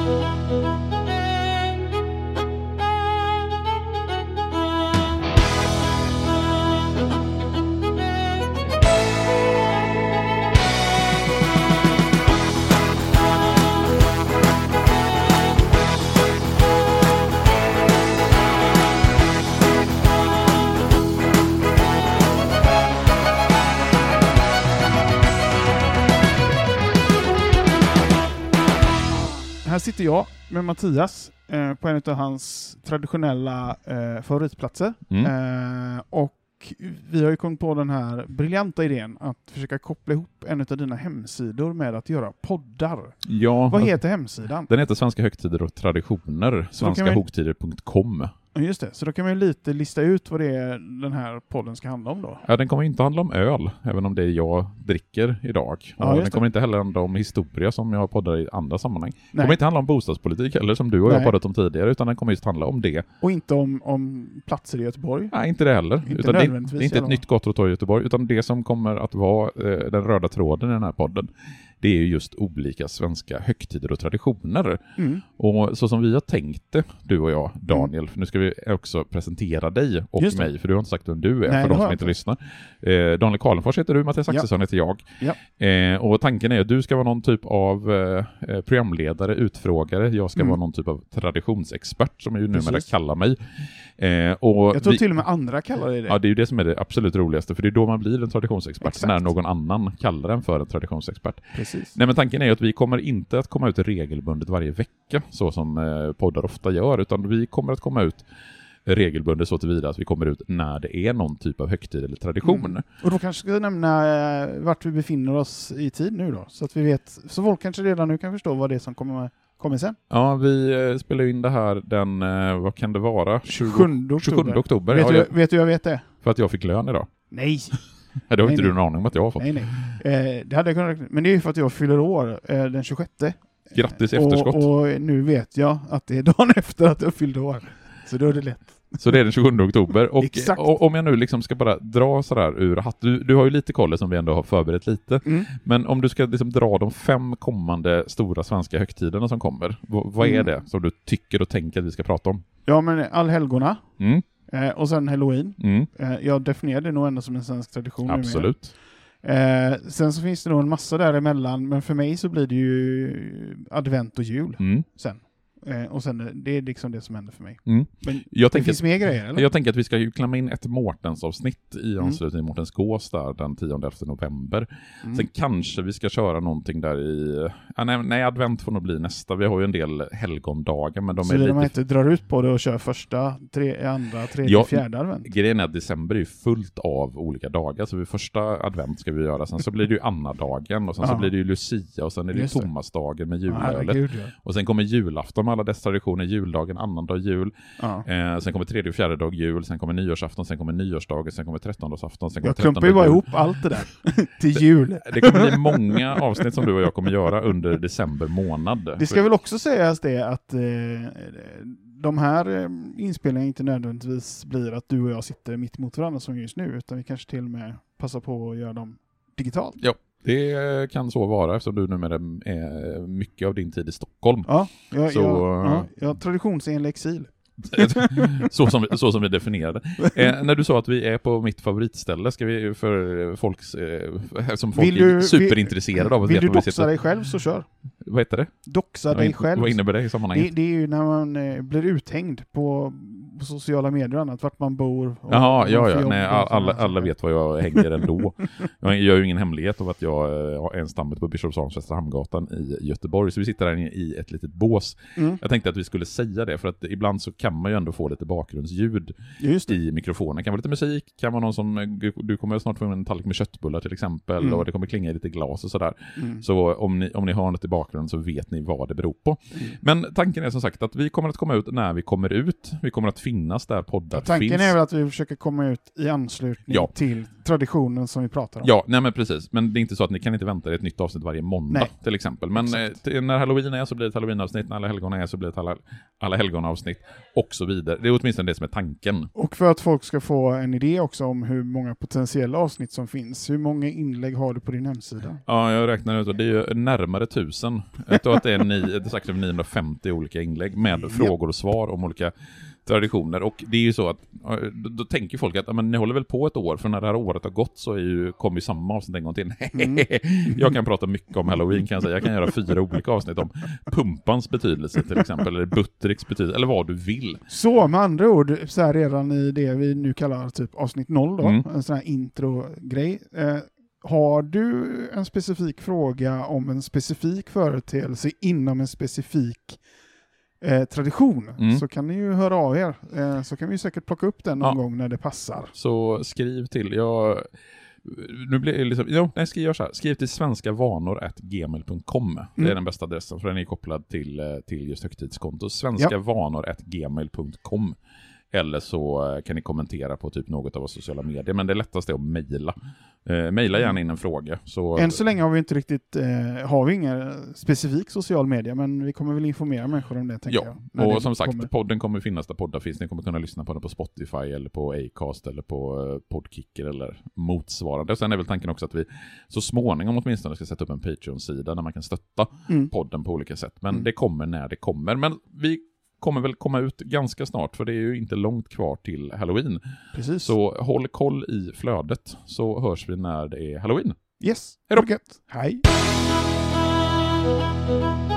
Här sitter jag med Mattias på en av hans traditionella favoritplatser. Och vi har ju kommit på den här briljanta idén att försöka koppla ihop en av dina hemsidor med att göra poddar. Ja, vad heter hemsidan? Den heter Svenska högtider och traditioner, svenskahögtider.com. Just det, så då kan man ju lite lista ut vad det är den här podden ska handla om då. Ja, den kommer inte handla om öl, även om det är jag dricker idag. Och den kommer inte heller handla om historia som jag har poddat i andra sammanhang. Den kommer inte handla om bostadspolitik eller som du och jag har poddat om tidigare, utan den kommer just handla om det. Och inte om platser i Göteborg? Nej, inte det heller. Utan det är inte ett nytt gator i Göteborg, utan det som kommer att vara den röda tråden i den här podden, det är ju just olika svenska högtider och traditioner. Och så som vi har tänkt det, du och jag, Daniel, för nu ska vi också presentera dig och mig, för du har inte sagt vem du är. Nej, för de som inte lyssnar. Daniel Karlenfors heter du, Mattias Axelsson heter jag. Och tanken är att du ska vara någon typ av programledare, utfrågare. Jag ska vara någon typ av traditionsexpert, som jag ju numera kallar mig. Och jag tror till och med andra kallar det. Ja, det är ju det som är det absolut roligaste, för det är då man blir en traditionsexpert. När någon annan kallar den för en traditionsexpert. Precis. Nej, men tanken är ju att vi kommer inte att komma ut regelbundet varje vecka, så som poddar ofta gör, utan vi kommer att komma ut regelbundet så tillvida att vi kommer ut när det är någon typ av högtid eller tradition. Och då kanske ska jag nämna vart vi befinner oss i tid nu då, så att vi vet, så folk kanske redan nu kan förstå vad det är som kommer sen. Ja, vi spelar in det här den, vad kan det vara? 27 oktober. Vet du jag vet det? För att jag fick lön idag. Nej. Det har inte du någon aning om att jag har fått. Nej. Det hade jag kunnat, men det är ju för att jag fyller år den 26. Grattis i efterskott. Och nu vet jag att det är dagen efter att jag fyllde år. Så då är det lätt. Så det är den 27 oktober. Och om jag nu liksom ska bara dra sådär ur hatt. Du har ju lite koll som vi ändå har förberett lite. Men om du ska liksom dra de 5 kommande stora svenska högtiderna som kommer. Vad är det som du tycker och tänker att vi ska prata om? Ja, men allhelgona. Och sen Halloween. Jag definierar det nog ändå som en svensk tradition. Absolut. Sen så finns det nog en massa däremellan. Men för mig så blir det ju advent och jul sen. Och sen det är liksom det som händer för mig. Men det finns mer grejer, eller? Jag tänker att vi ska ju klämma in ett Mårtens-avsnitt i anslutning till Mårtens gås där den 10-11 november. Sen kanske vi ska köra någonting där i... nej, advent får nog bli nästa. Vi har ju en del helgondagar, men de så är lite... man inte drar ut på det och kör första, andra, tredje, fjärde advent? Grejen är att december är ju fullt av olika dagar. Så vid första advent ska vi göra. Sen så blir det ju Anna-dagen och sen så blir det ju Lucia och sen är det ju Thomasdagen med julölet. Och sen kommer julafton med alla dess traditioner, juldagen, annandag jul. Sen kommer tredje och fjärde dag jul, sen kommer nyårsafton, sen kommer nyårsdagen, sen kommer 13-dagsafton, sen kommer 13-dag. Jag klumpar ju bara ihop allt det där till jul. Det kommer bli många avsnitt som du och jag kommer göra under december månad. Det ska väl också sägas det att de här inspelningarna inte nödvändigtvis blir att du och jag sitter mitt emot varandra som just nu, utan vi kanske till och med passar på att göra dem digitalt. Ja. Det kan så vara eftersom du numera är mycket av din tid i Stockholm. Ja, traditionsenlig exil. så som vi definierade. När du sa att vi är på mitt favoritställe, ska vi för folk som folk är superintresserade av att vill veta. Vill du doxa dig själv så kör. Vad heter det? Doxa dig själv. Vad innebär det i sammanhanget? Det är ju när man blir uthängd på sociala medier och annat, vart man bor. Nej, alla vet vad jag hänger ändå. Jag gör ju ingen hemlighet av att jag är en stammet på Bischofsholms Västra Hamngatan i Göteborg, så vi sitter här i ett litet bås. Jag tänkte att vi skulle säga det, för att ibland så kan man ju ändå få lite bakgrundsljud i mikrofonen. Det kan vara lite musik, kan vara någon som, du kommer snart få en tallrik med köttbullar till exempel, och det kommer klinga i lite glas och sådär. Så om ni har något i bakgrunden så vet ni vad det beror på. Men tanken är som sagt att vi kommer att komma ut när vi kommer ut. Vi kommer att finnas där poddar finns. Tanken är väl att vi försöker komma ut i anslutning till traditionen som vi pratar om. Ja, nej men precis. Men det är inte så att ni kan inte vänta er ett nytt avsnitt varje måndag till exempel. Men när Halloween är så blir det ett Halloween-avsnitt, när alla helgon är så blir det ett alla helgon-avsnitt och så vidare. Det är åtminstone det som är tanken. Och för att folk ska få en idé också om hur många potentiella avsnitt som finns. Hur många inlägg har du på din hemsida? Ja, jag räknar ut att det är ju närmare 1000. Jag tror att det är sagt 950 olika inlägg med frågor och svar om olika traditioner. Och det är ju så att då tänker folk att men ni håller väl på ett år, för när det här året har gått så kommer ju samma avsnitt en gång till. Jag kan prata mycket om Halloween, kan jag säga. Jag kan göra 4 olika avsnitt om pumpans betydelse till exempel, eller buttericks betydelse, eller vad du vill. Så med andra ord, så här redan i det vi nu kallar typ avsnitt 0 då, en sån här intro-grej. Har du en specifik fråga om en specifik företeelse inom en specifik tradition, så kan ni ju höra av er. Så kan vi säkert plocka upp den någon gång när det passar. Så skriv till. Nu blir det liksom, skriv till svenskavanor@gmail.com. Det är den bästa adressen, för den är kopplad till just högtidskonto. svenskavanor@gmail.com. Eller så kan ni kommentera på typ något av våra sociala medier. Men det lättaste är att mejla. Mejla gärna in en fråga. Än så länge har vi inte riktigt ingen specifik social media, men vi kommer väl informera människor om det, tänker jag. Och som sagt, podden kommer finnas där poddar finns. Ni kommer kunna lyssna på den på Spotify eller på Acast eller på Podkicker eller motsvarande. Sen är väl tanken också att vi så småningom åtminstone ska sätta upp en Patreon-sida där man kan stötta podden på olika sätt. Men det kommer när det kommer. Men vi kommer väl komma ut ganska snart, för det är ju inte långt kvar till Halloween. Precis. Så håll koll i flödet, så hörs vi när det är Halloween. Yes. Hej då. Hej.